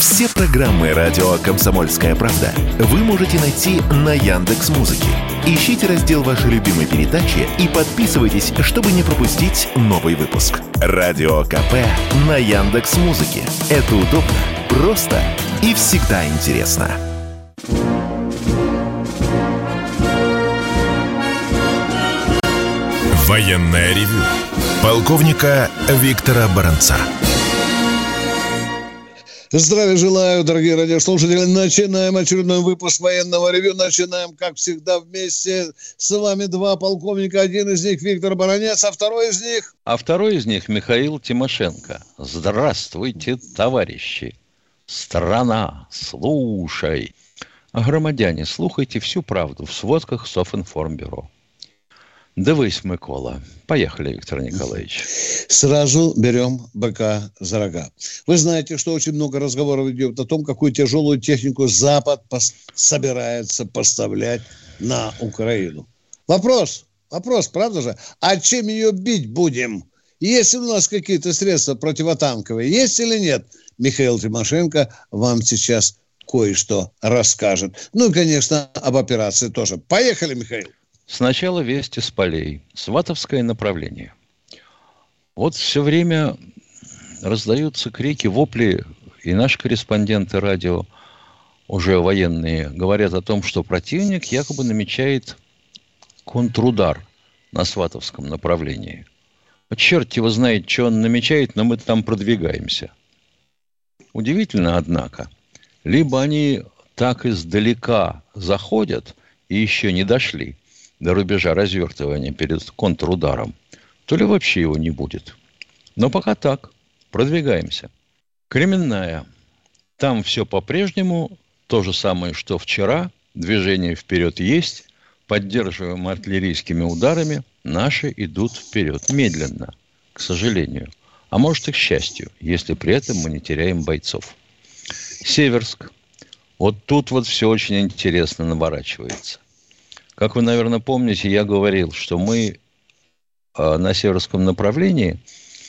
Все программы радио «Комсомольская правда» вы можете найти на Яндекс.Музыке. Ищите раздел вашей любимой передачи и подписывайтесь, чтобы не пропустить новый выпуск. Радио КП на Яндекс.Музыке. Это удобно, просто и всегда интересно. Военное ревю полковника Виктора Баранца. Здравия желаю, дорогие радиослушатели. Начинаем очередной выпуск военного ревью. Начинаем, как всегда, вместе с вами два полковника. Один из них Виктор Баранец, а второй из них Михаил Тимошенко. Здравствуйте, товарищи. Страна, слушай. Громадяне, слухайте всю правду в сводках Софинформбюро. Дивись, Микола. Поехали, Виктор Николаевич. Сразу берем быка за рога. Вы знаете, что очень много разговоров идет о том, какую тяжелую технику Запад собирается поставлять на Украину. Вопрос, правда же? А чем ее бить будем? Есть ли у нас какие-то средства противотанковые? Есть или нет? Михаил Тимошенко вам сейчас кое-что расскажет. Ну и, конечно, об операции тоже. Поехали, Михаил. Сначала вести с полей. Сватовское направление. Вот все время раздаются крики, вопли, и наши корреспонденты радио, уже военные, говорят о том, что противник якобы намечает контрудар на Сватовском направлении. Черт его знает, что он намечает, но мы там продвигаемся. Удивительно, однако, либо они так издалека заходят и еще не дошли до рубежа развертывания перед контрударом, то ли вообще его не будет. Но пока так, продвигаемся. Кременная. Там все по-прежнему, то же самое, что вчера. Движение вперед есть. Поддерживаем артиллерийскими ударами. Наши идут вперед. Медленно, к сожалению. А может и к счастью, если при этом мы не теряем бойцов. Северск. Вот тут вот все очень интересно наворачивается. Как вы, наверное, помните, я говорил, что мы на северском направлении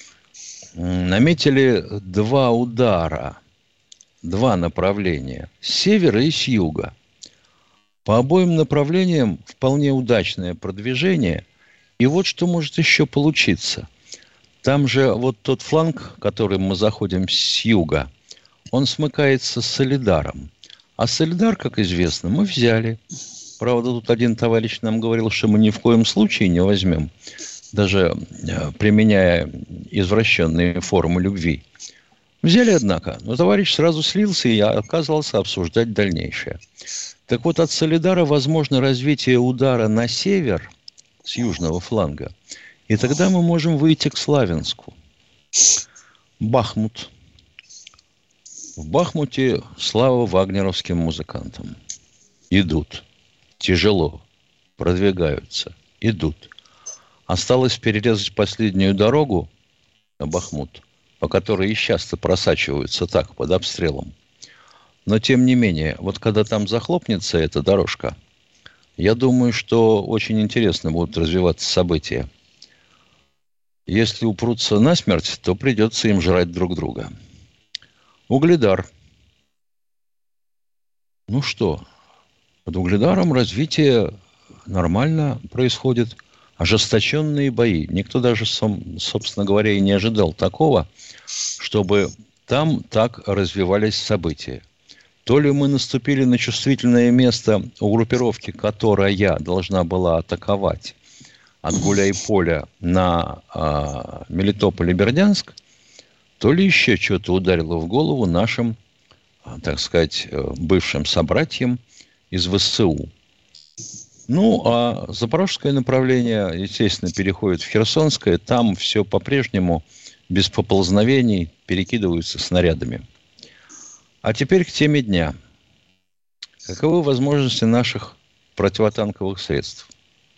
наметили два удара, два направления, с севера и с юга. По обоим направлениям вполне удачное продвижение. И вот что может еще получиться. Там же вот тот фланг, которым мы заходим с юга, он смыкается с Солидаром. А Солидар, как известно, мы взяли. Правда, тут один товарищ нам говорил, что мы ни в коем случае не возьмем, даже применяя извращенные формы любви. Взяли, однако, но товарищ сразу слился и отказывался обсуждать дальнейшее. Так вот, от Солидара возможно развитие удара на север с южного фланга, и тогда мы можем выйти к Славянску. Бахмут. В Бахмуте слава вагнеровским музыкантам. Идут. Тяжело. Продвигаются. Идут. Осталось перерезать последнюю дорогу на Бахмут, по которой и часто просачиваются так, под обстрелом. Но, тем не менее, вот когда там захлопнется эта дорожка, я думаю, что очень интересно будут развиваться события. Если упрутся насмерть, то придется им жрать друг друга. Угледар. Ну что, под Угледаром развитие нормально происходит. Ожесточенные бои. Никто даже, собственно говоря, и не ожидал такого, чтобы там так развивались события. То ли мы наступили на чувствительное место у группировки, которая должна была атаковать от Гуляй-Поля на Мелитополь и Бердянск, то ли еще что-то ударило в голову нашим, так сказать, бывшим собратьям из ВСУ. Ну, а запорожское направление, естественно, переходит в Херсонское. Там все по-прежнему без поползновений перекидываются снарядами. А теперь к теме дня. Каковы возможности наших противотанковых средств?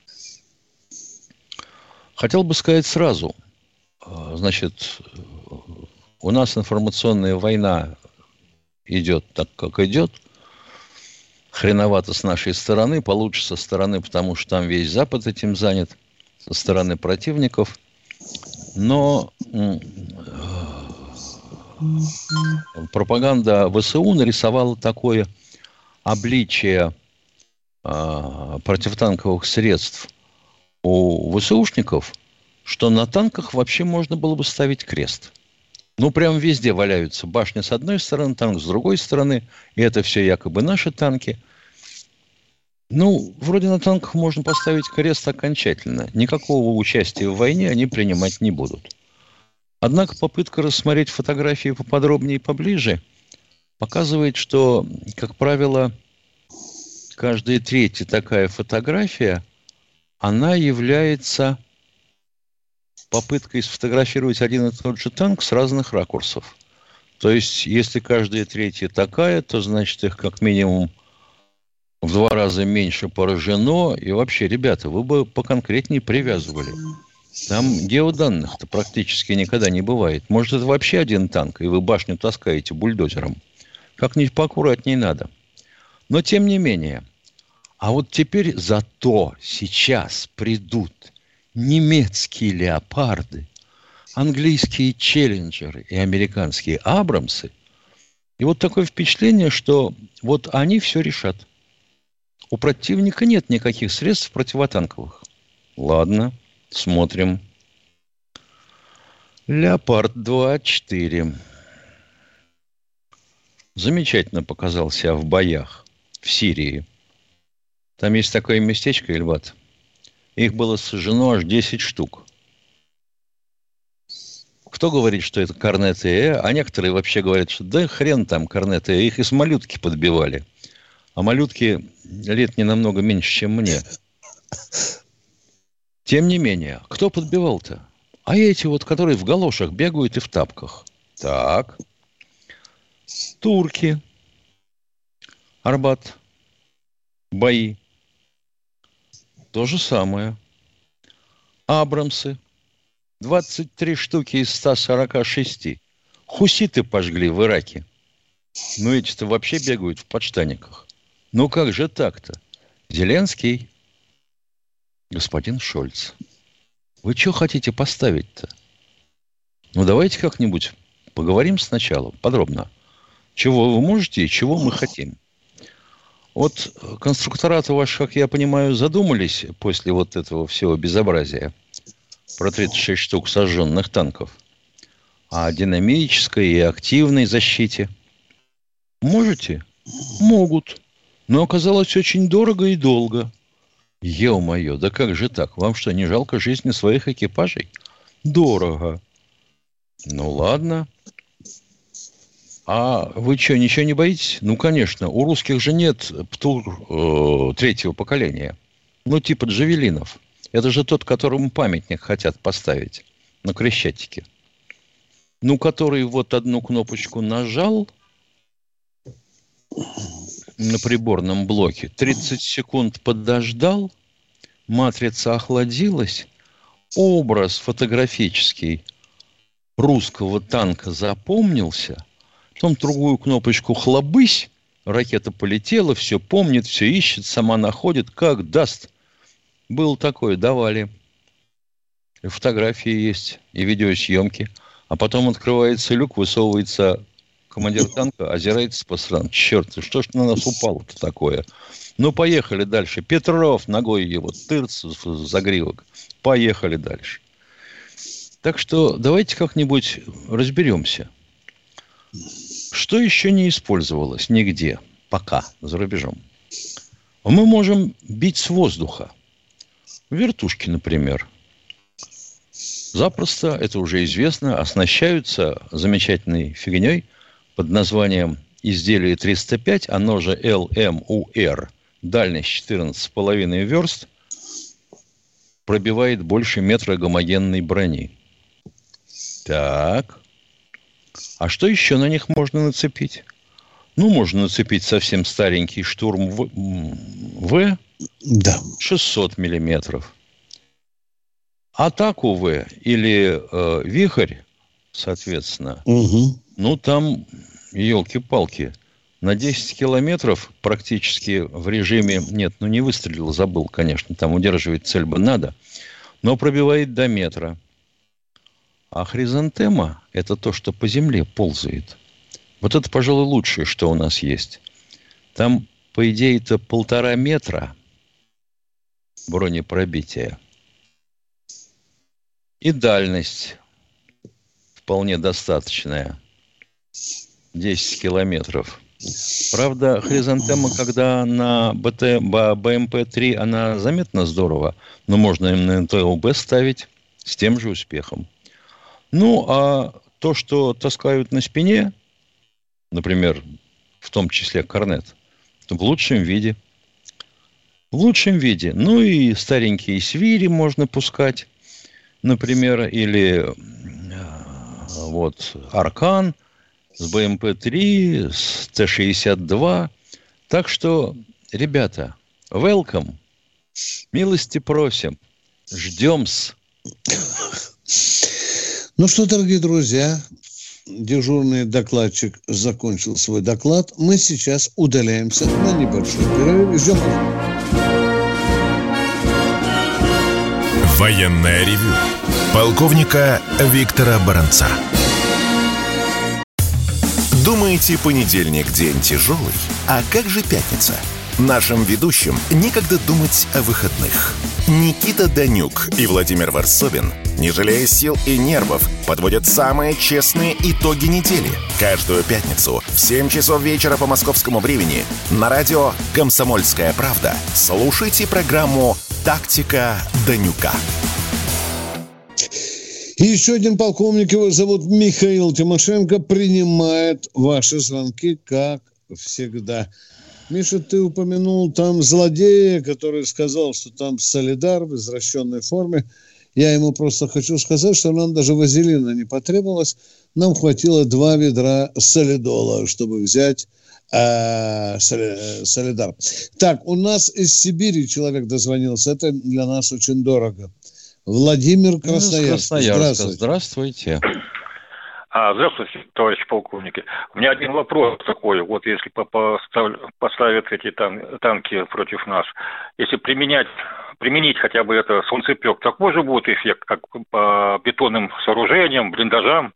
Хотел бы сказать сразу. Значит, у нас информационная война идет так, как идет. Хреновато с нашей стороны, получше со стороны, потому что там весь Запад этим занят, со стороны противников. Но пропаганда ВСУ нарисовала такое обличие противотанковых средств у ВСУшников, что на танках вообще можно было бы ставить крест. Ну, прям везде валяются башни с одной стороны, танк с другой стороны, и это все якобы наши танки. Ну, вроде на танках можно поставить крест окончательно. Никакого участия в войне они принимать не будут. Однако попытка рассмотреть фотографии поподробнее и поближе показывает, что, как правило, каждая третья такая фотография, она является попыткой сфотографировать один и тот же танк с разных ракурсов. То есть, если каждая третья такая, то значит их как минимум в 2 раза меньше поражено. И вообще, ребята, вы бы поконкретнее привязывали. Там геоданных-то практически никогда не бывает. Может, это вообще один танк, и вы башню таскаете бульдозером. Как-нибудь поаккуратнее надо. Но, тем не менее. А вот теперь зато сейчас придут немецкие леопарды, английские челленджеры и американские абрамсы. И вот такое впечатление, что вот они все решат. У противника нет никаких средств противотанковых. Ладно, смотрим. Леопард-2-4. Замечательно показал себя в боях в Сирии. Там есть такое местечко, Ильбат. Их было сожжено аж 10 штук. Кто говорит, что это корнеты, а некоторые вообще говорят, что да хрен там корнеты, их из малютки подбивали. А малютки лет не намного меньше, чем мне. Тем не менее, кто подбивал-то? А эти вот, которые в галошах бегают и в тапках. Так. Турки. Арбат. Бои. То же самое. Абрамсы. 23 штуки из 146. Хуситы пожгли в Ираке. Ну, эти-то вообще бегают в подштаниках. Ну, как же так-то? Зеленский. Господин Шольц. Вы что хотите поставить-то? Ну, давайте как-нибудь поговорим сначала, подробно. Чего вы можете и чего мы хотим. Вот конструктора-то ваши, как я понимаю, задумались после вот этого всего безобразия про 36 штук сожженных танков о динамической и активной защите. Можете? Могут. Но оказалось очень дорого и долго. Ё-моё, да как же так? Вам что, не жалко жизни своих экипажей? Дорого. Ну ладно. А вы что, ничего не боитесь? Ну, конечно, у русских же нет ПТУР 3-го поколения. Ну, типа джавелинов. Это же тот, которому памятник хотят поставить на Крещатике. Ну, который вот одну кнопочку нажал на приборном блоке, 30 секунд подождал, матрица охладилась, образ фотографический русского танка запомнился, потом другую кнопочку хлобысь, ракета полетела, все помнит, все ищет, сама находит, как даст. Было такое, давали. И фотографии есть, и видеосъемки. А потом открывается люк, высовывается командир танка, озирается по сторонам. Черт, что ж на нас упало-то такое? Ну, поехали дальше. Петров, ногой его, тырц, загривок. Поехали дальше. Так что давайте как-нибудь разберемся. Что еще не использовалось нигде, пока, за рубежом? Мы можем бить с воздуха. Вертушки, например. Запросто, это уже известно, оснащаются замечательной фигней под названием изделие 305, оно же ЛМУР, дальность 14,5 верст, пробивает больше метра гомогенной брони. Так. А что еще на них можно нацепить? Ну, можно нацепить совсем старенький штурм В, Да. 600 миллиметров. Атаку В или Вихрь, соответственно, ну, там, елки-палки, на 10 километров практически в режиме, нет, ну, не выстрелил, забыл, конечно, там удерживать цель бы надо, но пробивает до метра. А хризантема – это то, что по земле ползает. Вот это, пожалуй, лучшее, что у нас есть. Там, по идее, это 1,5 метра бронепробития. И дальность вполне достаточная. 10 километров. Правда, хризантема, когда на БМП-3, она заметно здорово, но можно им на НТОБ ставить с тем же успехом. Ну, а то, что таскают на спине, например, в том числе корнет, в лучшем виде. В лучшем виде. Ну, и старенькие свири можно пускать, например, или вот Аркан с БМП-3, с Т-62. Так что, ребята, welcome. Милости просим. Ждем-с. Ну что, дорогие друзья, дежурный докладчик закончил свой доклад. Мы сейчас удаляемся на небольшой перерыв. Ждем. Военное ревю полковника Виктора Баранца. Думаете, понедельник день тяжелый? А как же пятница? Нашим ведущим некогда думать о выходных. Никита Данюк и Владимир Варсобин, не жалея сил и нервов, подводят самые честные итоги недели. Каждую пятницу в 7 часов вечера по московскому времени на радио «Комсомольская правда» слушайте программу «Тактика Данюка». И еще один полковник, его зовут Михаил Тимошенко, принимает ваши звонки, как всегда. Миша, ты упомянул там злодея, который сказал, что там солидар в извращенной форме. Я ему просто хочу сказать, что нам даже вазелина не потребовалось. Нам хватило 2 ведра солидола, чтобы взять солидар. Так, у нас из Сибири человек дозвонился. Это для нас очень дорого. Владимир Красноярск. Здравствуйте. Здравствуйте, товарищи полковники. У меня один вопрос такой. Вот если поставят эти танки против нас, если применить хотя бы это солнцепек, такой же будет эффект, как по бетонным сооружениям, блиндажам?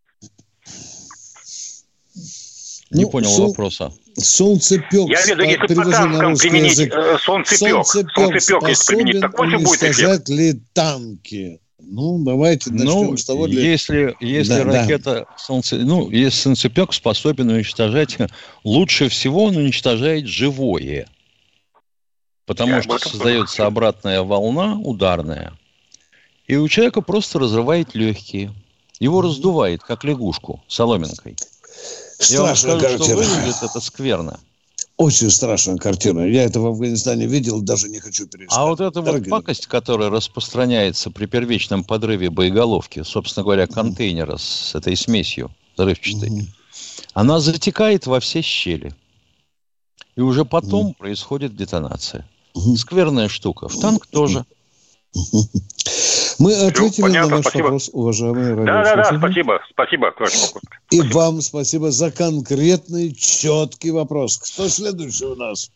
Не понял вопроса. Солнцепек. Я имею в виду, если по танкам применить солнцепек, если применить, такой же будет эффект? Ли танки? Ну, давайте начнем с того. Если ракета если солнцепек способен уничтожать, лучше всего он уничтожает живое. Потому что создается обратная волна, ударная. И у человека просто разрывает легкие. Его раздувает, как лягушку, соломинкой. Страшная картина. Что выглядит это скверно. Очень страшная картина. Я это в Афганистане видел, даже не хочу перестать. А вот эта вот пакость, которая распространяется при первичном подрыве боеголовки, собственно говоря, контейнера с этой смесью взрывчатой, она затекает во все щели. И уже потом происходит детонация. Скверная штука. В танк тоже. Мы ответили на ваш вопрос, уважаемые радиослушатели. Да, спасибо, товарищ полковник. И вам спасибо за конкретный, четкий вопрос. Кто следующий у нас?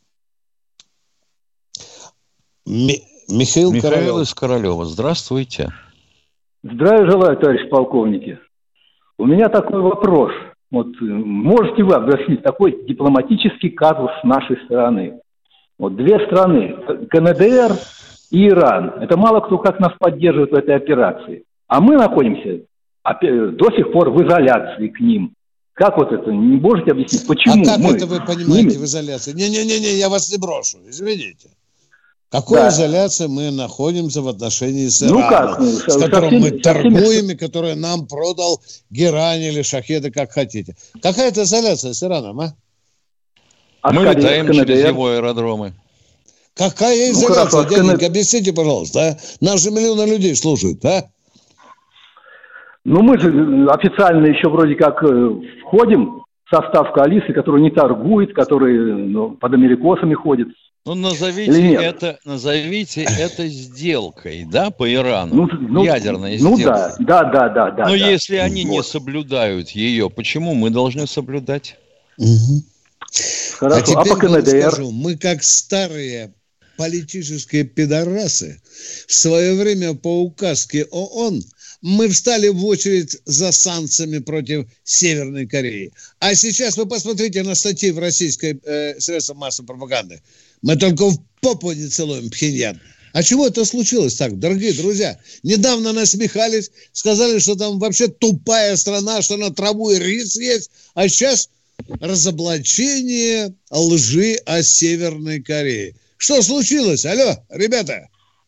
Михаил из Королева. Здравствуйте. Здравия желаю, товарищ полковники. У меня такой вопрос. Вот можете вы объяснить такой дипломатический казус с нашей стороны? Вот 2 страны, КНДР и Иран. Это мало кто как нас поддерживает в этой операции. А мы находимся до сих пор в изоляции к ним. Как вот это? Не можете объяснить, почему? А как это вы понимаете в изоляции? Не-не-не, я вас не брошу, извините. Какой изоляции мы находимся в отношении с Ираном, с которым мы торгуем и который нам продал герань или шахеды, как хотите. Какая это изоляция с Ираном, а? Мы летаем через его аэродромы. Какая изоляция, дяденька, объясните, пожалуйста, а? Нас же миллионы людей слушают, а? Ну, мы же официально еще вроде как входим в состав коалиции, который не торгует, который под америкосами ходит. Ну, назовите это сделкой, да, по Ирану? Ядерной сделкой. Да. Но если они не соблюдают ее, почему мы должны соблюдать? Хорошо. А теперь я скажу, мы как старые политические пидорасы в свое время по указке ООН мы встали в очередь за санкциями против Северной Кореи. А сейчас вы посмотрите на статьи в российской средствах массовой пропаганды. Мы только в попу не целуем Пхеньян. А чего это случилось так, дорогие друзья? Недавно насмехались, сказали, что там вообще тупая страна, что на траву и рис есть. А сейчас разоблачение лжи о Северной Корее. Что случилось? Алло, ребята.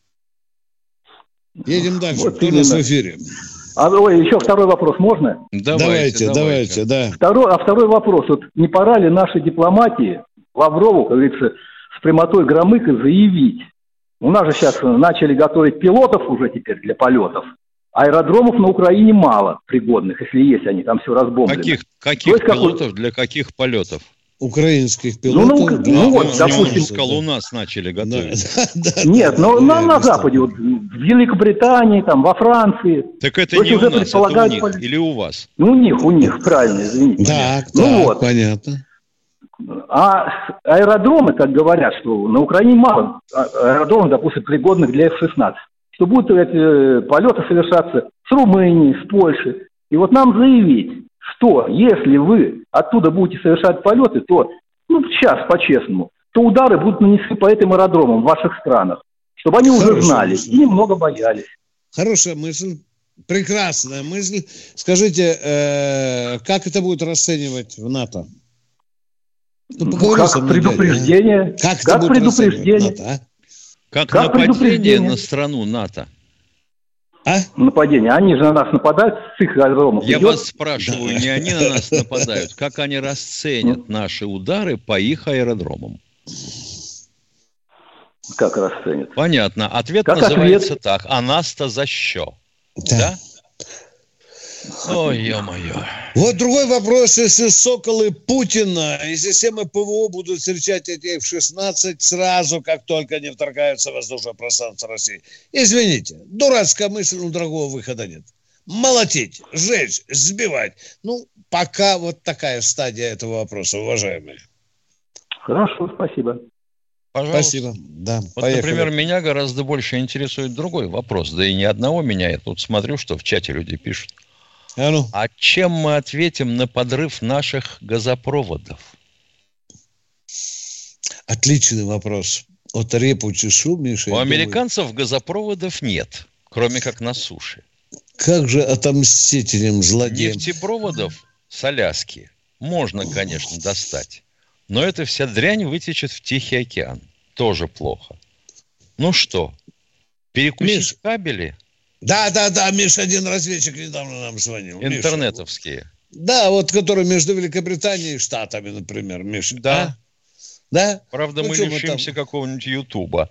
Едем дальше. Вот кто у нас в эфире? Еще второй вопрос можно? Давайте, да. Второй вопрос. Вот не пора ли нашей дипломатии, Лаврову, как говорится, с прямотой громыка заявить? У нас же сейчас начали готовить пилотов уже теперь для полетов. Аэродромов на Украине мало пригодных, если есть они, там все разбомблено. Каких пилотов для каких полетов? Украинских пилотов. Допустим, Скалу у нас начали готовить. Нет, но на Западе, вот, в Великобритании, там, во Франции. Так это не у нас, это у них или у вас? У них, правильно, извините. Так, понятно. А аэродромы, как говорят, что на Украине мало аэродромов, допустим, пригодных для F-16, что будут эти полеты совершаться с Румынии, с Польши. И вот нам заявить, что если вы оттуда будете совершать полеты, то, сейчас по-честному, то удары будут нанесены по этим аэродромам в ваших странах, чтобы они уже знали и немного боялись. Хорошая мысль, прекрасная мысль. Скажите, как это будет расценивать в НАТО? Как предупреждение. Как предупреждение. НАТО, как нападение на страну НАТО. Нападение. Они же на нас нападают с их аэродромов. Я вас спрашиваю, не они на нас нападают, как они расценят наши удары по их аэродромам? Как расценят? Понятно. Ответ называется так. А нас-то за что? Да? Ой, ё-моё. Вот другой вопрос. Если соколы Путина и системы ПВО будут встречать эти F-16 сразу, как только они вторгаются в воздушное пространство России. Извините, дурацкая мысль, но другого выхода нет. Молотить, сжечь, сбивать. Пока вот такая стадия этого вопроса, уважаемые. Хорошо, спасибо. Пожалуйста. Спасибо. Да, вот, поехали. Например, меня гораздо больше интересует другой вопрос. Да и ни одного меня. Я тут смотрю, что в чате люди пишут. А чем мы ответим на подрыв наших газопроводов? Отличный вопрос. От репу чешу, Миша. У американцев газопроводов нет, кроме как на суше. Как же отомстить этим злодеям? Нефтепроводов с Аляски можно, конечно, достать. Но эта вся дрянь вытечет в Тихий океан. Тоже плохо. Что, перекусить кабели? Да, Миша, один разведчик недавно нам звонил. Интернетовские. Миша. Да, вот который между Великобританией и Штатами, например, Миша. Да. Да? Правда, мы лишимся какого-нибудь Ютуба.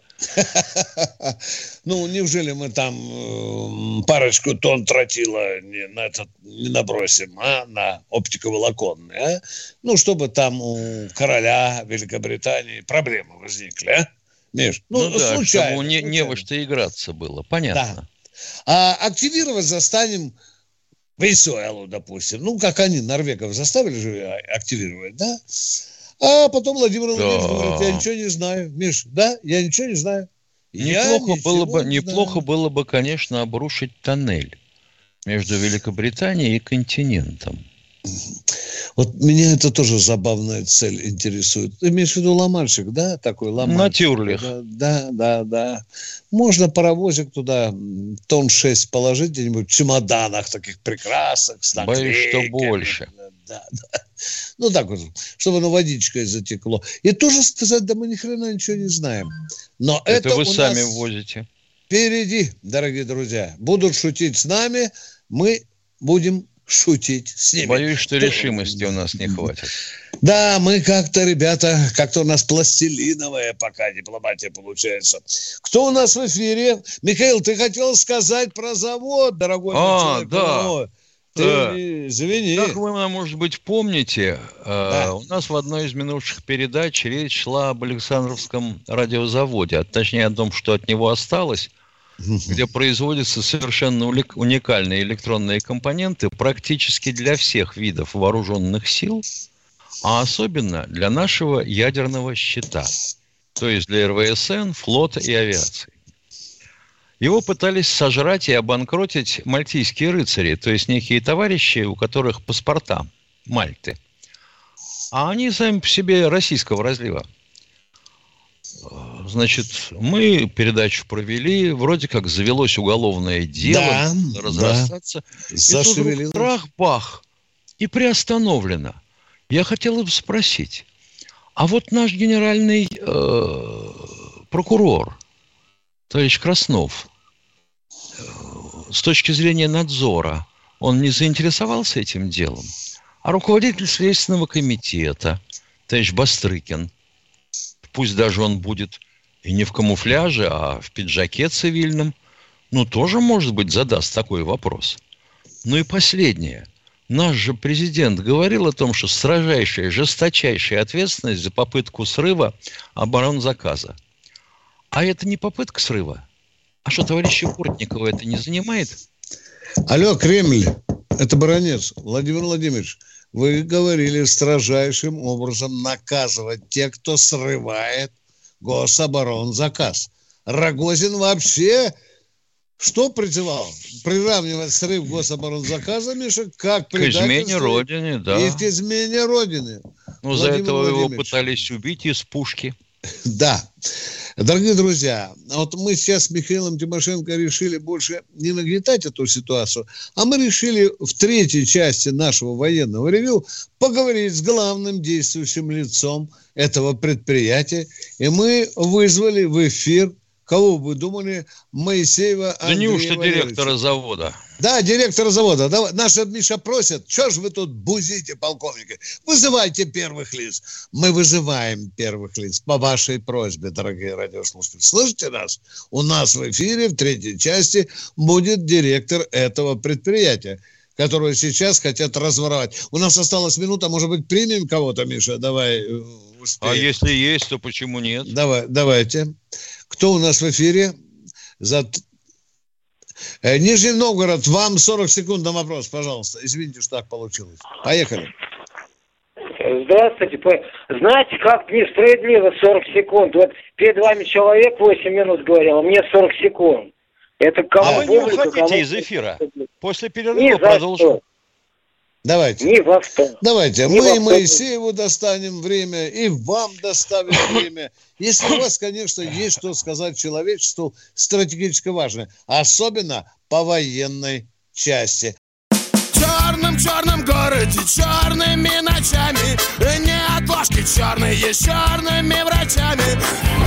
Неужели мы там парочку тонн тротила не набросим, на оптиковолоконные, чтобы там у короля Великобритании проблемы возникли, Миш? Случайно. Чтобы не во что играться было, понятно. Да. А активировать застанем Венесуэлу, допустим. Как они норвегов заставили же активировать, да? А потом Владимир Владимирович говорит, я ничего не знаю. Миш, да, я ничего не знаю. Неплохо было бы, конечно, обрушить тоннель между Великобританией и континентом. Вот меня это тоже забавная цель интересует. Ты имеешь в виду Ла-Маншик, да? Такой Ла-Маншик. Натюрлих. Да. Можно паровозик туда тонн 6 положить где-нибудь в чемоданах таких прекрасных. Боюсь, что больше. Да. Так вот, чтобы оно водичкой затекло. И тоже сказать, да мы ни хрена ничего не знаем. Но это вы у сами нас ввозите. Впереди, дорогие друзья. Будут шутить с нами, мы будем шутить с ними. Боюсь, что решимости у нас не хватит. Да, мы как-то, ребята, как-то у нас пластилиновая пока дипломатия получается. Кто у нас в эфире? Михаил, ты хотел сказать про завод, дорогой человек? Да. Ты извини. Как вы, может быть, помните, у нас в одной из минувших передач речь шла об Александровском радиозаводе, точнее о том, что от него осталось, где производятся совершенно уникальные электронные компоненты практически для всех видов вооруженных сил, а особенно для нашего ядерного щита, то есть для РВСН, флота и авиации. Его пытались сожрать и обанкротить мальтийские рыцари, то есть некие товарищи, у которых паспорта Мальты. А они сами по себе российского разлива. Значит, мы передачу провели, вроде как завелось уголовное дело, разрастаться. Да. И тут вдруг трах-бах, и приостановлено. Я хотел бы спросить, а вот наш генеральный прокурор, товарищ Краснов, с точки зрения надзора, он не заинтересовался этим делом? А руководитель Следственного комитета, товарищ Бастрыкин, пусть даже он будет и не в камуфляже, а в пиджаке цивильном, тоже, может быть, задаст такой вопрос. Ну и последнее. Наш же президент говорил о том, что строжайшая, жесточайшая ответственность за попытку срыва оборонзаказа. А это не попытка срыва? А что, товарища Портникова это не занимает? Алло, Кремль, это Баранец. Владимир Владимирович, вы говорили строжайшим образом наказывать тех, кто срывает гособоронзаказ. Рогозин вообще что призывал? Приравнивать срыв гособоронзаказа, Миша, как предательство. К измене Родины, да. И к измене Родины. За этого его пытались убить из пушки. Да. Дорогие друзья, вот мы сейчас с Михаилом Тимошенко решили больше не нагнетать эту ситуацию, а мы решили в третьей части нашего военного ревью поговорить с главным действующим лицом этого предприятия. И мы вызвали в эфир, кого вы думали, Моисеева Андрея Валерьевича. Да неужто директора завода? Да, директора завода. Давай, наша Миша просит, что ж вы тут бузите, полковники? Вызывайте первых лиц. Мы вызываем первых лиц по вашей просьбе, дорогие радиослушатели. Слышите нас? У нас в эфире в третьей части будет директор этого предприятия, которого сейчас хотят разворовать. У нас осталась минута, может быть, примем кого-то, Миша? Давай успеем. А если есть, то почему нет? Давайте. Кто у нас в эфире? Нижний Новгород, вам 40 секунд на вопрос, пожалуйста. Извините, что так получилось. Поехали. Здравствуйте. Знаете, как несправедливо 40 секунд? Вот перед вами человек 8 минут говорил, а мне 40 секунд. Это кому? А вы не уходите из эфира. После перерыва продолжим. Давайте. Не во что. Давайте. Мы Моисееву достанем время, и вам доставим время. Если у вас, конечно, есть что сказать человечеству стратегически важное. Особенно по военной части. В черном городе, черными ночами, неотложки черные, с черными врачами.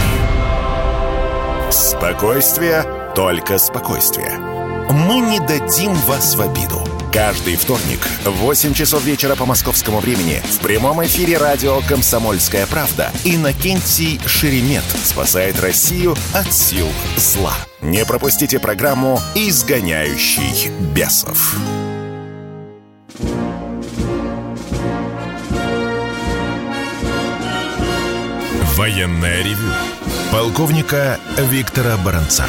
Спокойствие, только спокойствие. Мы не дадим вас в обиду. Каждый вторник в 8 часов вечера по московскому времени в прямом эфире радио «Комсомольская правда» Иннокентий Шеремет спасает Россию от сил зла. Не пропустите программу «Изгоняющий бесов». Военное ревю полковника Виктора Баранца.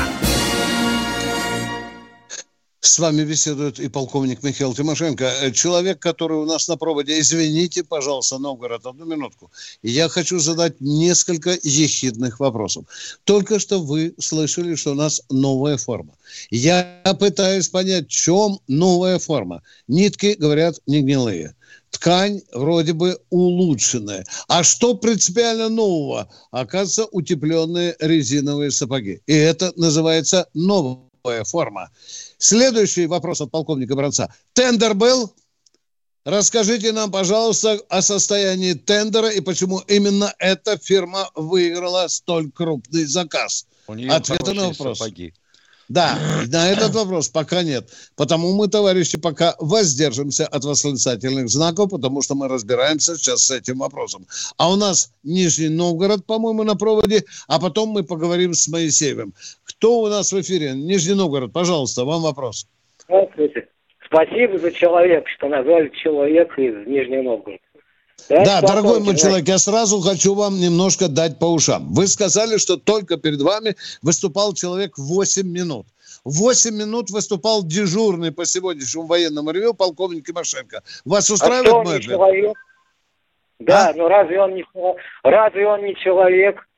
С вами беседует и полковник Михаил Тимошенко. Человек, который у нас на проводе. Извините, пожалуйста, Новгород, одну минутку. Я хочу задать несколько ехидных вопросов. Только что вы слышали, что у нас новая форма. Я пытаюсь понять, в чем новая форма. Нитки, говорят, не гнилые. Ткань вроде бы улучшенная. А что принципиально нового? Оказывается, утепленные резиновые сапоги. И это называется новая форма. Следующий вопрос от полковника Баранца. Тендер был? Расскажите нам, пожалуйста, о состоянии тендера и почему именно эта фирма выиграла столь крупный заказ. Ответа на вопрос. Сапоги. Да, на этот вопрос пока нет. Потому мы, товарищи, пока воздержимся от восклицательных знаков, потому что мы разбираемся сейчас с этим вопросом. А у нас Нижний Новгород, по-моему, на проводе, а потом мы поговорим с Моисеевым. Кто у нас в эфире? Нижний Новгород, пожалуйста, вам вопрос. Здравствуйте. Спасибо за человека, что назвали человека из Нижнего Новгорода. Да, дорогой мой человек, я сразу хочу вам немножко дать по ушам. Вы сказали, что только перед вами выступал человек 8 минут. 8 минут выступал дежурный по сегодняшнему военному ревью полковник Тимошенко. Вас устраивает мой ответ? Да, но разве он не человек?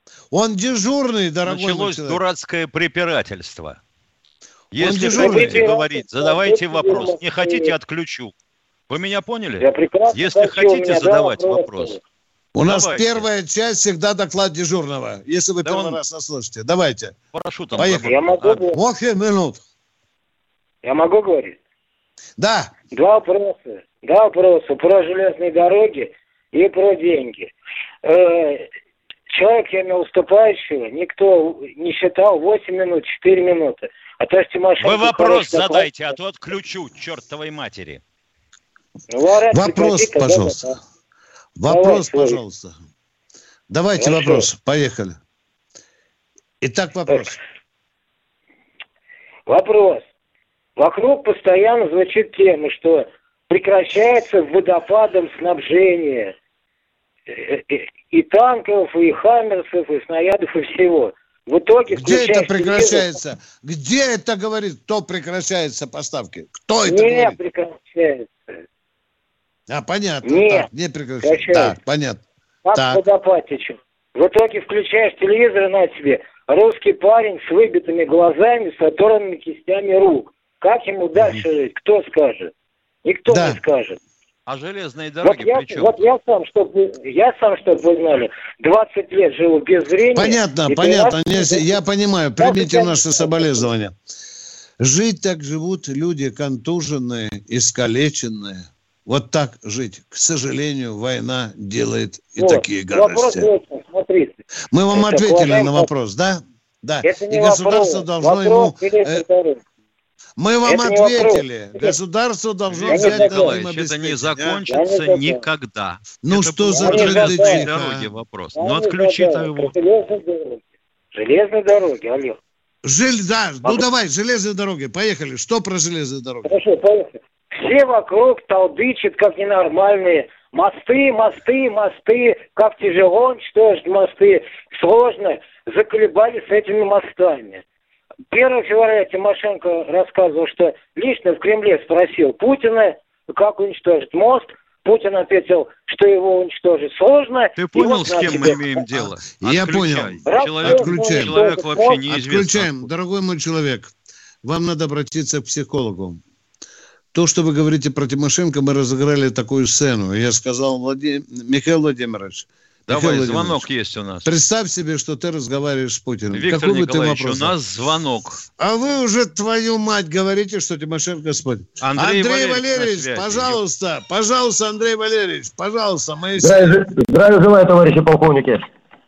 Он дежурный, дорогой Началось человек. дурацкое препирательство. Если дежурный. хотите говорить, задавайте вопрос. Не хотите, отключу. Вы меня поняли? Я прекрасно Если хочу, у хотите меня задавать два вопроса. вопрос. У нас Давайте. первая часть всегда доклад дежурного. Если вы Да первый он- раз нас слышите. Давайте. Прошу там. Поехали. Я могу, Вот 5 минут. я могу говорить? Да. Два вопроса про железные дороги и про деньги. Человек, я имел уступающего, никто не считал 8 минут, 4 минуты. А то есть Тимошенко... Вы вопрос задайте, а то отключу, чертовой матери. Вопрос, пожалуйста. Вопрос, пожалуйста. Давайте Хорошо. вопрос. Поехали. Итак, вопрос. Вопрос. Вокруг постоянно звучит тема, что прекращается водопадом снабжение и танков, и хаммерсов, и снарядов, и всего. В итоге... Где это прекращается? Где это говорит? Кто прекращается поставки? Кто это Не говорит? прекращается. Понятно. Нет. Так, не прекращается. Прекращается. Так, понятно. Как Так. водопад течет. В итоге включаешь телевизор, на тебе русский парень с выбитыми глазами, с оторванными кистями рук. Как ему дальше жить? Кто скажет? Никто Да. не скажет. А железные дороги при чем? Я сам, чтобы вы знали, 20 лет живу без зрения. Понятно, и понятно. 13 Я понимаю. Примите наши соболезнования. Жить так живут люди контуженные, искалеченные. Вот так жить. К сожалению, война делает и такие Вопрос гадости. очень, смотрите. Мы вам Это ответили уважаемый на вопрос, да? Да. Это не И государство вопрос. должно Вопрос ему... железной дороги. Мы вам Это не ответили. вопрос. Государство должно Я не взять над ним Николаевич, это не обеспечение. закончится Я не никогда. Ну Это что будет за железные трындычиха, дороги а? вопрос. Я Ну не отключи-то задаю. его. Железные дороги, алло. Да, ну давай, железные дороги, поехали. Что про железные дороги? Хорошо, поехали. Все вокруг толдычат, как ненормальные. Мосты, как тяжело уничтожить мосты. Сложно. Заколебали с этими мостами. 1 февраля Тимошенко рассказывал, что лично в Кремле спросил Путина, как уничтожить мост. Путин ответил, что его уничтожить сложно. Ты понял, вот с кем мы имеем дело? Я Отключай. понял. Отключаем. Человек вообще неизвестно. Отключаем. Дорогой мой человек, вам надо обратиться к психологу. То, что вы говорите про Тимошенко, мы разыграли такую сцену. Я сказал, Михаил Владимирович, Давай, звонок есть у нас. представь себе, что ты разговариваешь с Путиным. Виктор Какой бы ты Николаевич, вопрос у нас звонок. А вы уже, твою мать, говорите, что Тимошенко с Путиным. Андрей Валерьевич на Валерьевич, связи. пожалуйста, Андрей Валерьевич, пожалуйста. Здравия желаю, товарищи полковники.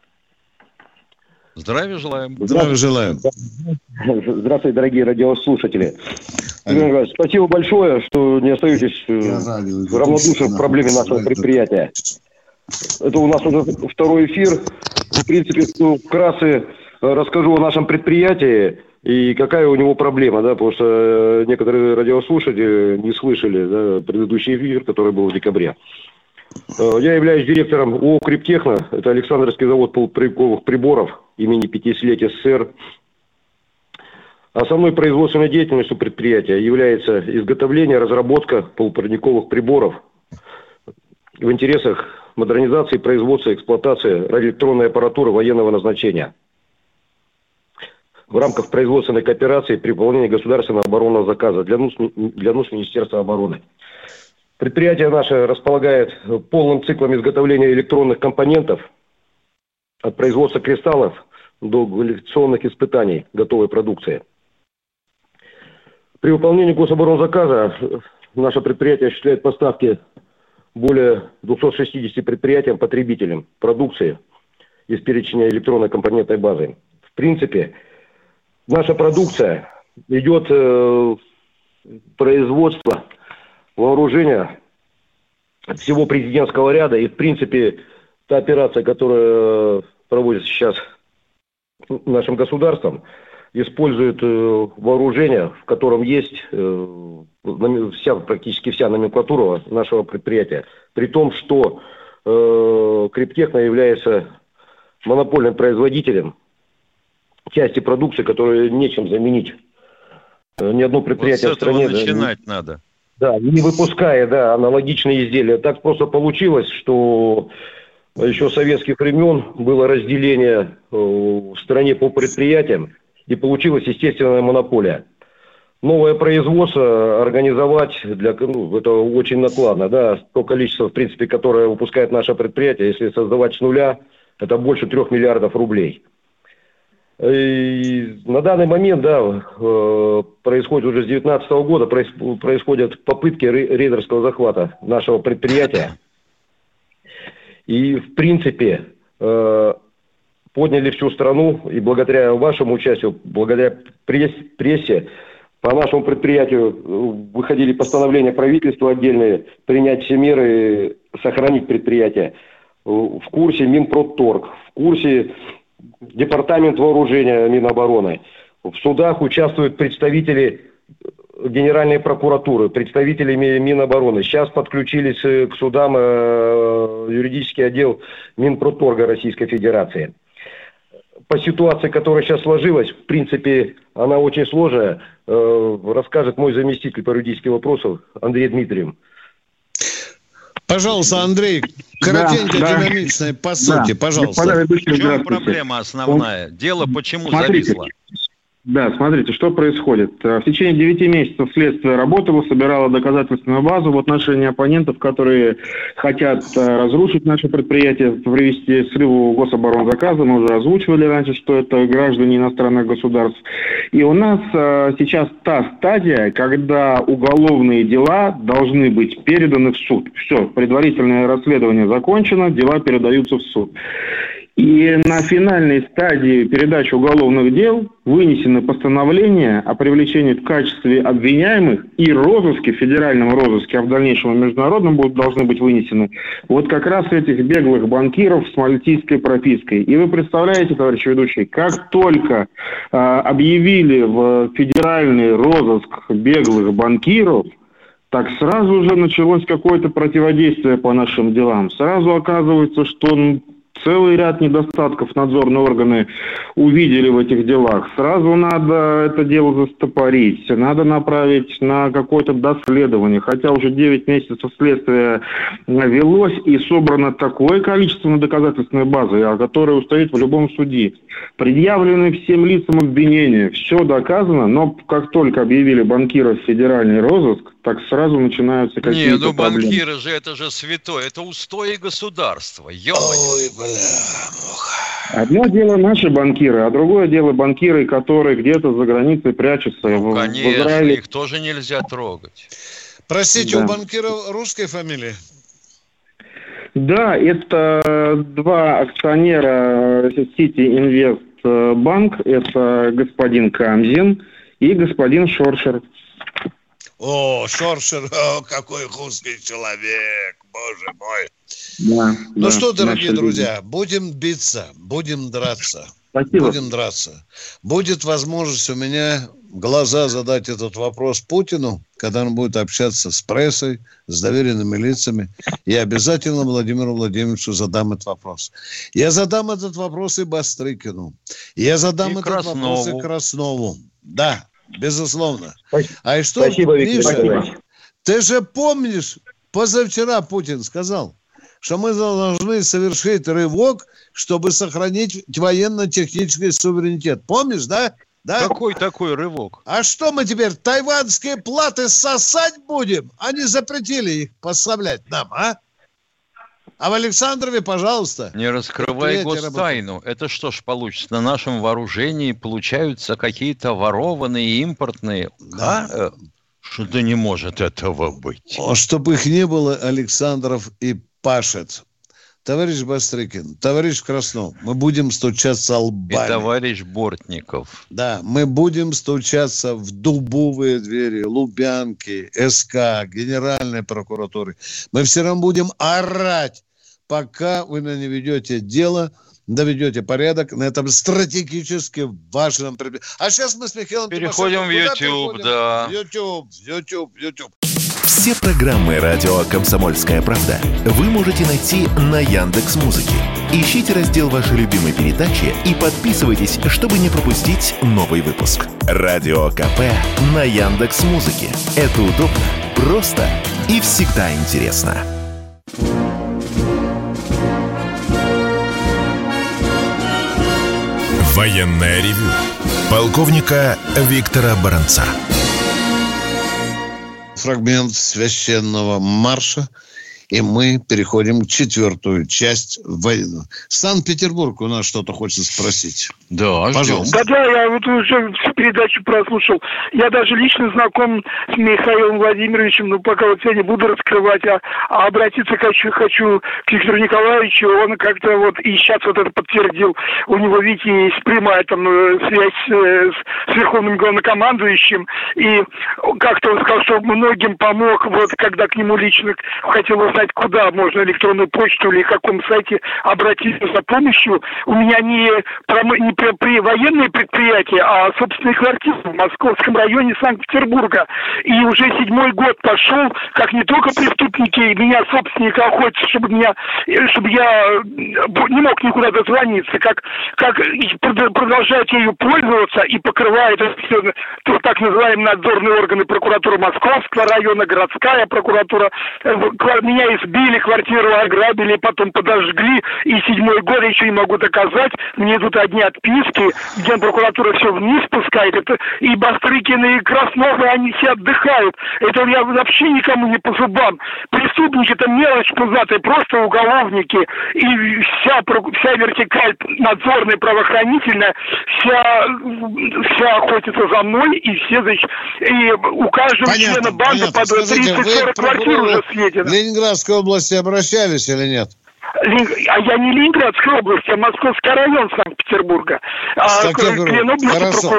Здравия желаем. Здравия желаю. Здравствуйте, дорогие радиослушатели. Спасибо большое, что не остаетесь равнодушны к проблеме нашего предприятия. Это у нас уже второй эфир. В принципе, вкратце расскажу о нашем предприятии и какая у него проблема, да, потому что некоторые радиослушатели не слышали, да, предыдущий эфир, который был в декабре. Я являюсь директором ООО «Криптехно». Это Александровский завод полупроводниковых приборов имени 50-летия СССР. Основной производственной деятельностью предприятия является изготовление, разработка полупроводниковых приборов в интересах модернизации, производства, эксплуатации радиоэлектронной аппаратуры военного назначения в рамках производственной кооперации при выполнении государственного оборонного заказа для нужд Министерства обороны. Предприятие наше располагает полным циклом изготовления электронных компонентов от производства кристаллов до квалификационных испытаний готовой продукции. При выполнении гособоронзаказа наше предприятие осуществляет поставки более 260 предприятиям-потребителям продукции из перечня электронной компонентной базы. В принципе, наша продукция идет производство вооружения всего президентского ряда. И, в принципе, та операция, которая проводится сейчас нашим государством, использует вооружение, в котором есть практически вся номенклатура нашего предприятия. При том, что Криптехно является монопольным производителем части продукции, которую нечем заменить. Ни одно предприятие вот с этого в стране... начинать надо. Да, не выпуская, аналогичные изделия. Так просто получилось, что еще советских времен было разделение в стране по предприятиям, и получилась естественная монополия. Новое производство организовать это очень накладно, да, то количество, в принципе, которое выпускает наше предприятие, если создавать с нуля, это больше 3 миллиардов рублей. И на данный момент, да, происходит уже с 2019 года, происходят попытки рейдерского захвата нашего предприятия. И, в принципе, подняли всю страну, и благодаря вашему участию, благодаря прессе, по нашему предприятию выходили постановления правительства отдельные, принять все меры, сохранить предприятие. В курсе Минпродторг, в курсе Департамент вооружения Минобороны. В судах участвуют представители Генеральной прокуратуры, представители Минобороны. Сейчас подключились к судам юридический отдел Минпродторга Российской Федерации. По ситуации, которая сейчас сложилась, в принципе, она очень сложная, расскажет мой заместитель по юридическим вопросам Андрей Дмитриев. Пожалуйста, Андрей, коротенько, динамично, по сути, пожалуйста. В чем проблема основная? Дело почему зависло? Да, смотрите, что происходит. В течение 9 месяцев следствие работало, собирало доказательственную базу в отношении оппонентов, которые хотят разрушить наше предприятие, привести к срыву гособоронзаказа. Мы уже озвучивали раньше, что это граждане иностранных государств. И у нас сейчас та стадия, когда уголовные дела должны быть переданы в суд. Все, предварительное расследование закончено, дела передаются в суд. И на финальной стадии передачи уголовных дел вынесены постановления о привлечении в качестве обвиняемых и розыске, федеральном розыске, а в дальнейшем и международном должны быть вынесены вот как раз этих беглых банкиров с мальтийской пропиской. И вы представляете, товарищ ведущий, как только объявили в федеральный розыск беглых банкиров, так сразу же началось какое-то противодействие по нашим делам. Сразу оказывается, что целый ряд недостатков надзорные органы увидели в этих делах. Сразу надо это дело застопорить, надо направить на какое-то доследование. Хотя уже 9 месяцев следствия велось и собрано такое количество доказательственной базы, которая устоит в любом суде. Предъявлены всем лицам обвинения, все доказано, но как только объявили банкиров в федеральный розыск, так сразу начинаются какие-то проблемы. Банкиры же, это же святое, это устои государства. Ой, бля. Одно дело наши банкиры, а другое дело банкиры, которые где-то за границей прячутся. Конечно, в Израиле. Их тоже нельзя трогать. Простите, да. У банкиров русская фамилия? Да, это 2 акционера City Invest Bank, это господин Камзин и господин Шоршер. О, Шоршер, какой русский человек, боже мой. Да, ну что, дорогие друзья, будем биться, будем драться. Спасибо. Будем драться. Будет возможность у меня в глаза задать этот вопрос Путину, когда он будет общаться с прессой, с доверенными лицами. Я обязательно Владимиру Владимировичу задам этот вопрос. Я задам этот вопрос и Бастрыкину. Я задам этот вопрос и Краснову. Да, безусловно. А и что, спасибо, Миша, ты же помнишь, позавчера Путин сказал, что мы должны совершить рывок, чтобы сохранить военно-технический суверенитет. Помнишь, да? Да? Какой такой рывок? А что мы теперь, тайваньские платы сосать будем? Они запретили их поставлять нам, а? А в Александрове, пожалуйста. Не раскрывай гостайну. Это что ж получится? На нашем вооружении получаются какие-то ворованные импортные... Да. Что-то не может этого быть. Чтобы их не было, Александров и пашет. Товарищ Бастрыкин, товарищ Краснов, мы будем стучаться лбами. И товарищ Бортников. Да, мы будем стучаться в дубовые двери, Лубянки, СК, Генеральной прокуратуры. Мы все равно будем орать, пока вы не ведете дело, доведете порядок на этом стратегически важном предмете. А сейчас мы с Михаилом переходим в YouTube, да. YouTube. Все программы радио «Комсомольская правда» вы можете найти на Яндекс.Музыке. Ищите раздел вашей любимой передачи и подписывайтесь, чтобы не пропустить новый выпуск. Радио КП на Яндекс.Музыке. Это удобно, просто и всегда интересно. Военное ревю полковника Виктора Баранца. Фрагмент священного марша, и мы переходим к 4-ю часть войны. Санкт-Петербург у нас что-то хочет спросить. Да, пожалуйста. Да, я вот уже всю передачу прослушал. Я даже лично знаком с Михаилом Владимировичем, но пока вот я не буду раскрывать, а обратиться хочу к Виктору Николаевичу. Он как-то вот и сейчас вот это подтвердил. У него, видите, есть прямая там связь с верховным главнокомандующим. И как-то он сказал, что многим помог, вот когда к нему лично хотел узнать, куда можно электронную почту или в каком сайте обратиться за помощью. У меня не при военные предприятия, а собственные квартиры в Московском районе Санкт-Петербурга. И уже 7-й год пошел, как не только преступники, меня собственника охотятся, чтобы я не мог никуда дозвониться, как продолжают ею пользоваться и покрывает это все, так называемые надзорные органы прокуратуры Московского района, городская прокуратура. Меня избили, квартиру ограбили, потом подожгли, и 7-й год я еще не могу доказать. Мне идут одни отписки, Генпрокуратура все вниз спускает. Это и Бастрыкины, и Краснов, они все отдыхают. Это я вообще никому не по зубам. Преступники — это мелочь пузатая, просто уголовники. И вся вертикаль надзорная, правоохранительная, вся охотится за мной, и все, значит, и у каждого члена банды по 30-40 квартир уже светит. В Ленинградской области обращались или нет? А я не Ленинградская область, а Московский район Санкт-Петербурга. Хорошо.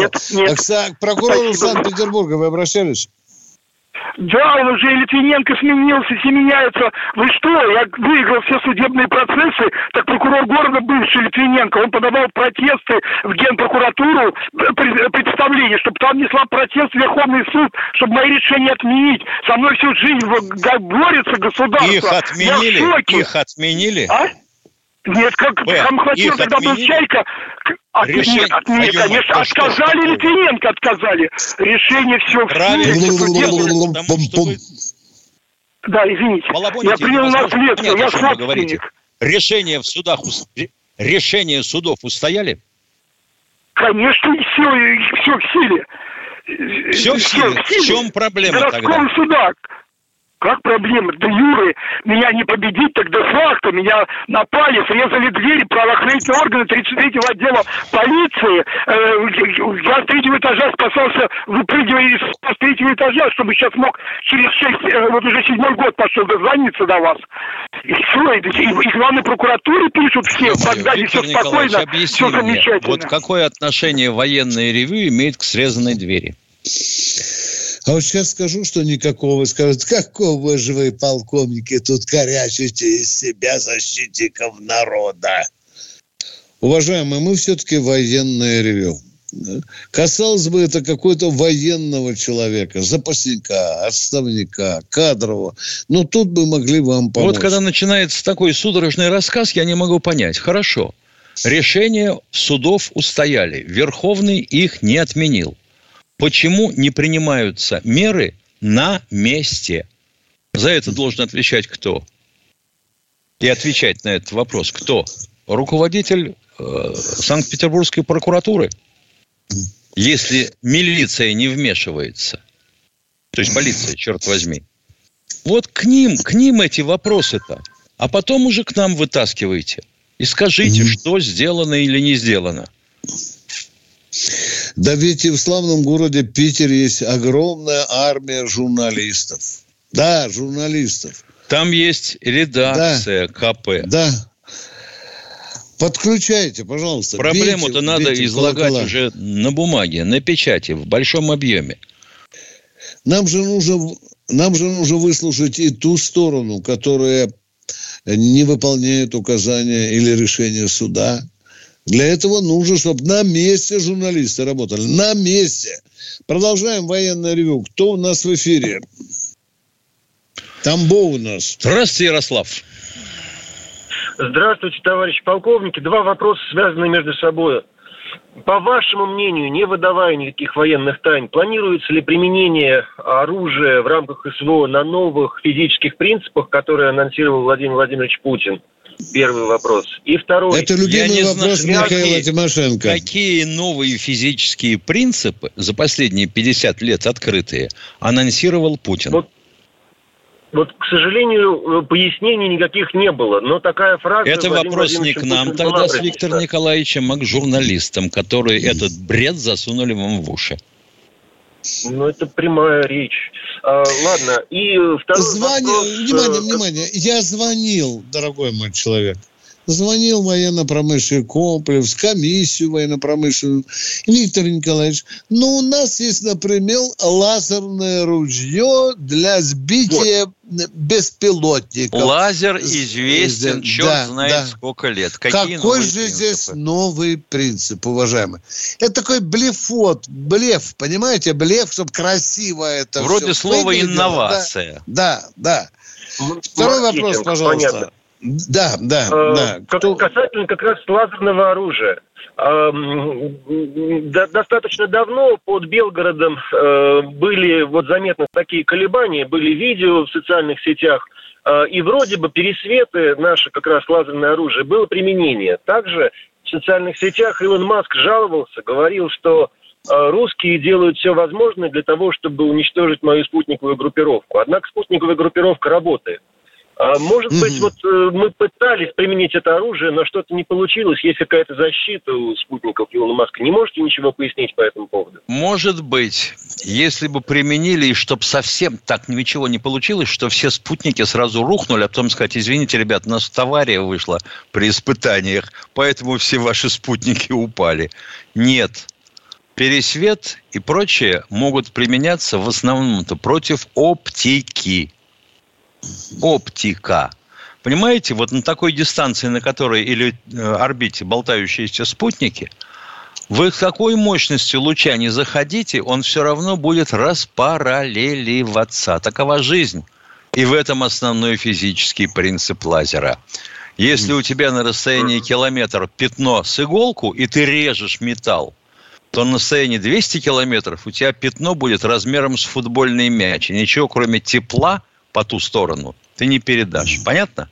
К прокурору Санкт-Петербурга вы обращались? Да, он уже Литвиненко сменился, все меняются. Вы что, я выиграл все судебные процессы, так прокурор города бывший Литвиненко, он подавал протесты в Генпрокуратуру, представление, чтобы там несла протест в Верховный суд, чтобы мои решения отменить. Со мной всю жизнь борется государство. Их отменили? А? Нет, там хватило, когда был Чайка. Нет, конечно, отказали, Литвиненко отказали. Решение все в силе. Да, извините. Я принял наследство, я собственник. Решение судов устояли? Конечно, все в силе. Все в силе. В чем проблема тогда? Городского суда. Как проблема? Де юре меня не победить, так де-факто меня напали, срезали двери, правоохранительные органы 33-го отдела полиции. Я с 3-го этажа спасался, выпрыгивая с 3-го этажа, чтобы сейчас мог через 6, вот уже 7-й год пошел дозвониться до вас. И все, и главной прокуратуре пишут все, в Багдаде все спокойно, все замечательно. Вот какое отношение военное ревью имеет к срезанной двери? А вот сейчас скажу, что никакого. Скажут, какого же вы, полковники, тут корячите из себя защитников народа. Уважаемые, мы все-таки военное ревю. Касалось бы это какой-то военного человека, запасника, отставника, кадрового. Но тут бы могли вам помочь. Вот когда начинается такой судорожный рассказ, я не могу понять. Хорошо, решения судов устояли, Верховный их не отменил. Почему не принимаются меры на месте? За это должен отвечать кто? И отвечать на этот вопрос кто? Руководитель Санкт-Петербургской прокуратуры? Если милиция не вмешивается, то есть полиция, черт возьми. Вот к ним эти вопросы-то. А потом уже к нам вытаскивайте. И скажите, что сделано или не сделано. Да ведь и в славном городе Питере есть огромная армия журналистов. Да, журналистов. Там есть редакция КП. Да. Подключайте, пожалуйста. Проблему-то надо излагать уже на бумаге, на печати, в большом объеме. Нам же нужно выслушать и ту сторону, которая не выполняет указания или решения суда. Для этого нужно, чтобы на месте журналисты работали. На месте. Продолжаем военное ревю. Кто у нас в эфире? Тамбов у нас. Здравствуйте, Ярослав. Здравствуйте, товарищи полковники. Два вопроса, связанные между собой. По вашему мнению, не выдавая никаких военных тайн, планируется ли применение оружия в рамках СВО на новых физических принципах, которые анонсировал Владимир Владимирович Путин? Первый вопрос. И второй. Это любимый вопрос Михаила Тимошенко. Какие новые физические принципы за последние 50 лет открытые анонсировал Путин? Вот, к сожалению, пояснений никаких не было. Но такая фраза... Это вопрос не к нам тогда с Виктором Николаевичем, а к журналистам, которые этот бред засунули вам в уши. Ну, это прямая речь. Ладно, и второй вопрос... Внимание. Я звонил, дорогой мой человек. Звонил в военно-промышленный комплекс, комиссию военно-промышленную. Виктор Николаевич, у нас есть, например, лазерное ружье для сбития беспилотников. Лазер известен, черт знает сколько лет. Какой же здесь новый принцип, уважаемый? Это такой блеф, понимаете? Блеф, чтобы красиво это вроде все слова выглядело. инновация. Да. Второй вопрос, пожалуйста. Понятно. Да. Касательно как раз лазерного оружия. Достаточно давно под Белгородом были заметны такие колебания, были видео в социальных сетях, и вроде бы пересветы наше как раз лазерное оружие было применение. Также в социальных сетях Илон Маск жаловался, говорил, что русские делают все возможное для того, чтобы уничтожить мою спутниковую группировку. Однако спутниковая группировка работает. Может быть, мы пытались применить это оружие, но что-то не получилось. Есть какая-то защита у спутников Илона Маска. Не можете ничего пояснить по этому поводу? Может быть. Если бы применили, и чтобы совсем так ничего не получилось, что все спутники сразу рухнули, а потом сказать: извините, ребят, у нас авария вышла при испытаниях, поэтому все ваши спутники упали. Нет. Пересвет и прочее могут применяться в основном-то против оптики. Оптика. Понимаете, на такой дистанции, на которой или орбите болтающиеся спутники, вы с какой мощностью луча не заходите, он все равно будет распараллеливаться. Такова жизнь. И в этом основной физический принцип лазера. Если у тебя на расстоянии километр пятно с иголку, и ты режешь металл, то на расстоянии 200 километров у тебя пятно будет размером с футбольный мяч. И ничего, кроме тепла, по ту сторону ты не передашь. Понятно?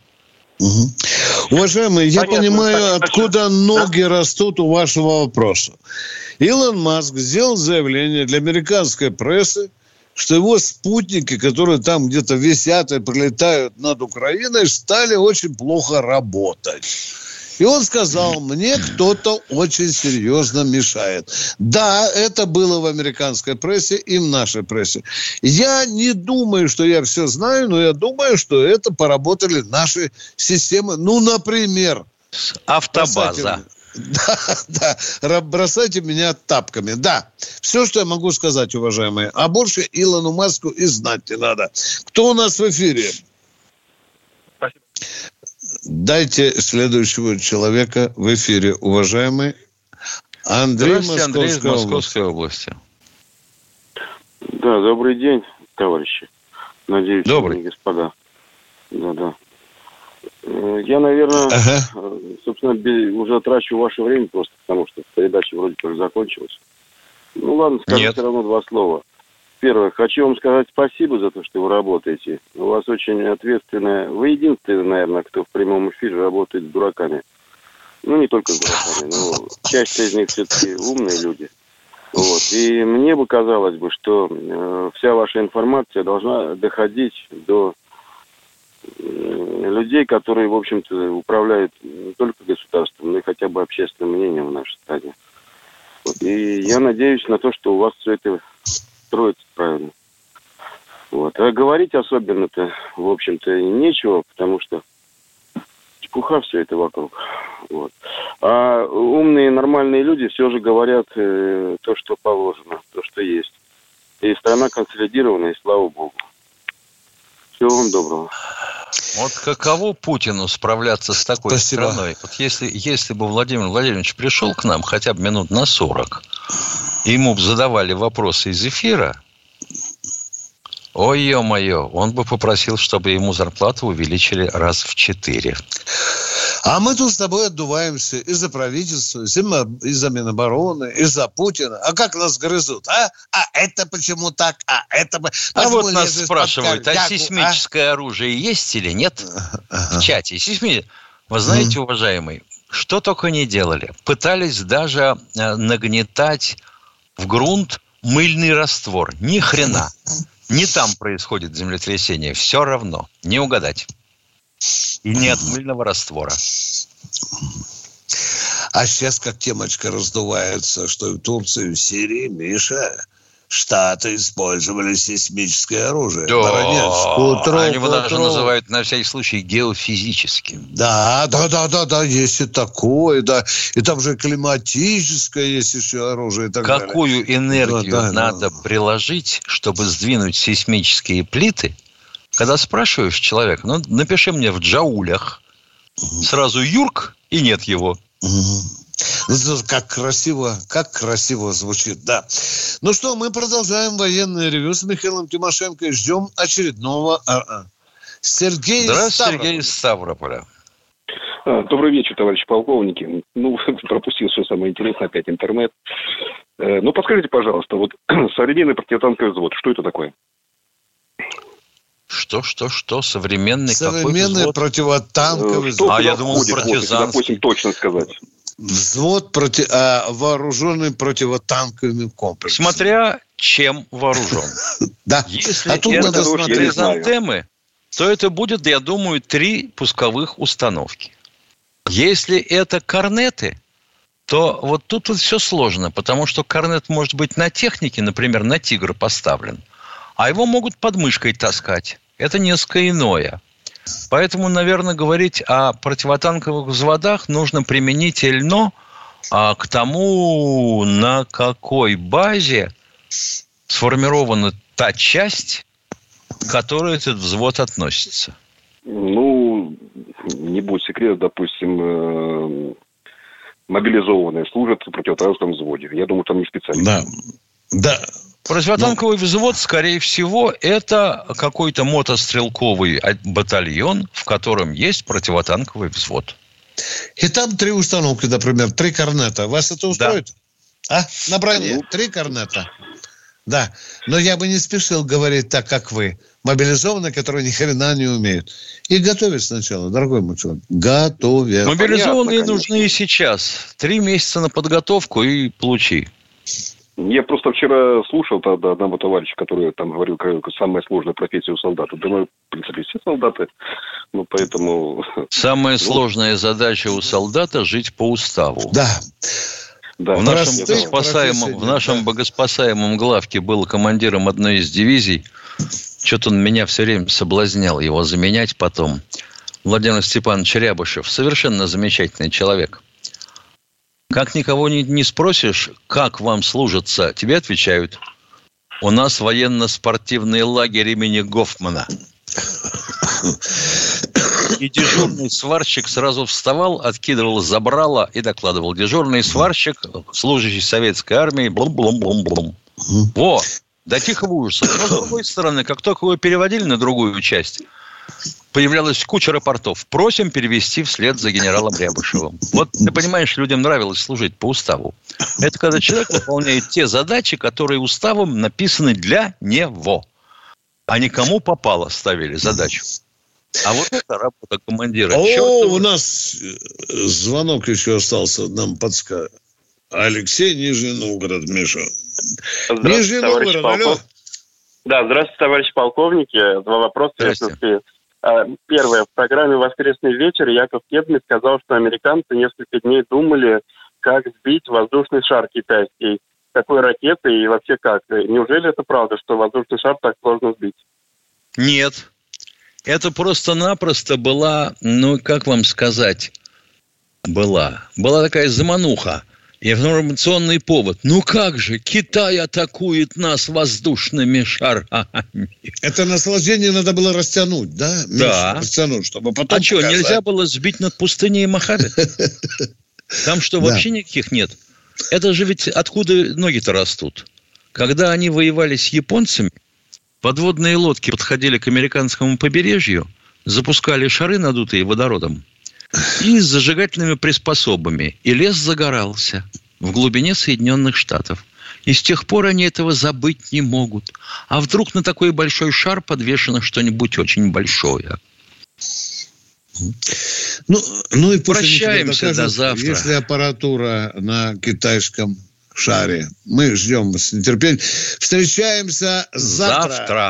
Уважаемые, я понимаю, откуда ноги растут у вашего вопроса. Илон Маск сделал заявление для американской прессы, что его спутники, которые там где-то висят и прилетают над Украиной, стали очень плохо работать. И он сказал: мне кто-то очень серьезно мешает. Да, это было в американской прессе и в нашей прессе. Я не думаю, что я все знаю, но я думаю, что это поработали наши системы. Например... Автобаза. Да, бросайте меня тапками. Да, все, что я могу сказать, уважаемые. А больше Илону Маску и знать не надо. Кто у нас в эфире? Спасибо. Дайте следующего человека в эфире, уважаемый Андрей, Московской области. Да, добрый день, товарищи. Надеюсь, господа. Да. Я, наверное, собственно, уже трачу ваше время просто, потому что передача вроде как закончилась. Ладно, скажу все равно два слова. Первое, хочу вам сказать спасибо за то, что вы работаете. У вас очень ответственная... Вы единственный, наверное, кто в прямом эфире работает с дураками. Не только с дураками, но часть из них все-таки умные люди. И мне бы казалось бы, что вся ваша информация должна доходить до людей, которые, в общем-то, управляют не только государством, но и хотя бы общественным мнением в нашей стране. И я надеюсь на то, что у вас все это строится правильно. А говорить особенно-то, в общем-то, нечего, потому что чепуха все это вокруг. А умные, нормальные люди все же говорят то, что положено, то, что есть. И страна консолидирована, и слава богу. Всего вам доброго. Каково Путину справляться с такой страной? Если бы Владимир Владимирович пришел к нам хотя бы минут на 40, ему бы задавали вопросы из эфира, ой, ё-моё, он бы попросил, чтобы ему зарплату увеличили раз в 4. А мы тут с тобой отдуваемся из-за правительства, из-за Минобороны, из-за Путина. А как нас грызут? А это почему так? Нас спрашивают, сейсмическое оружие есть или нет? В чате. Вы знаете, уважаемый, что только не делали. Пытались даже нагнетать в грунт мыльный раствор. Ни хрена. Не там происходит землетрясение. Все равно. Не угадать. И не от мыльного раствора. А сейчас как темочка раздувается, что и в Турции, и в Сирии, Миша, Штаты использовали сейсмическое оружие. Да, они его даже называют на всякий случай геофизическим. Да, есть и такое, да. И там же климатическое есть еще оружие и так далее. Какую энергию надо приложить, чтобы сдвинуть сейсмические плиты? Когда спрашиваешь человека, напиши мне в джаулях. Сразу юрк, и нет его. Как красиво звучит, да. Ну что, мы продолжаем военное ревью с Михаилом Тимошенко и ждем очередного Сергея. Здравствуйте, Сергей из Ставрополя. Добрый вечер, товарищи полковники. Пропустил все самое интересное, опять интернет. Подскажите, пожалуйста, современный противотанковый взвод, что это такое? Что? Современный противотанковый взвод. Я думал, партизанский. Допустим, точно сказать. Взвод вооруженный противотанковыми комплексами. Смотря чем вооружен. Да. Если это хризантемы, то это будет, я думаю, 3 пусковых установки. Если это корнеты, то вот тут все сложно, потому что корнет может быть на технике, например, на «Тигр» поставлен, а его могут под мышкой таскать. Это несколько иное. Поэтому, наверное, говорить о противотанковых взводах нужно применительно к тому, на какой базе сформирована та часть, к которой этот взвод относится. Не будет секрет, допустим, мобилизованные служат в противотанковом взводе. Я думаю, там не специалисты. Да. Противотанковый взвод, скорее всего, это какой-то мотострелковый батальон, в котором есть противотанковый взвод. И там 3 установки, например, 3 корнета. Вас это устроит? Да. На броне 3 корнета. Да. Но я бы не спешил говорить так, как вы. Мобилизованные, которые ни хрена не умеют. И готовят сначала, дорогой мой человек. Готовят. Мобилизованные нужны и сейчас. 3 месяца на подготовку и получи. Я просто вчера слушал одного товарища, который там говорил, какая самая сложная профессия у солдата. Думаю, в принципе, все солдаты. Поэтому... Самая сложная задача у солдата – жить по уставу. Да. В нашем богоспасаемом главке был командиром одной из дивизий. Что-то он меня все время соблазнял его заменять потом. Владимир Степанович Рябышев. Совершенно замечательный человек. Как никого не спросишь, как вам служится, тебе отвечают: у нас военно-спортивный лагерь имени Гофмана. И дежурный сварщик сразу вставал, откидывал забрало и докладывал. Дежурный сварщик, служащий советской армии, блум-блум-блум-блум. До тихого ужаса. Но, с другой стороны, как только его переводили на другую часть, появлялась куча рапортов. Просим перевести вслед за генералом Рябышевым. Ты понимаешь, людям нравилось служить по уставу. Это когда человек выполняет те задачи, которые уставом написаны для него. А никому попало ставили задачу. А вот это работа командира. У нас звонок еще остался, нам подскажет. Алексей, Нижний Новгород, Миша. Нижний Новгород, алло. Да, здравствуйте, товарищ полковники. 2 вопроса. Первое. В программе «Воскресный вечер» Яков Кедми сказал, что американцы несколько дней думали, как сбить воздушный шар китайский. Какой ракетой и вообще как? Неужели это правда, что воздушный шар так сложно сбить? Нет. Это просто-напросто была, как вам сказать, была такая замануха. Информационный повод. Как же, Китай атакует нас воздушными шарами. Это наслаждение надо было растянуть, да? Да. Растянуть, чтобы потом показать. Нельзя было сбить над пустыней Мохаве? Там что, вообще никаких нет? Это же ведь откуда ноги-то растут? Когда они воевали с японцами, подводные лодки подходили к американскому побережью, запускали шары, надутые водородом, и с зажигательными приспособами. И лес загорался в глубине Соединенных Штатов. И с тех пор они этого забыть не могут. А вдруг на такой большой шар подвешено что-нибудь очень большое? И прощаемся до завтра. Если аппаратура на китайском шаре. Мы ждем с нетерпением. Встречаемся завтра.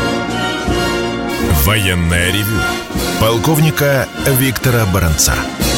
Военное ревю полковника Виктора Баранца.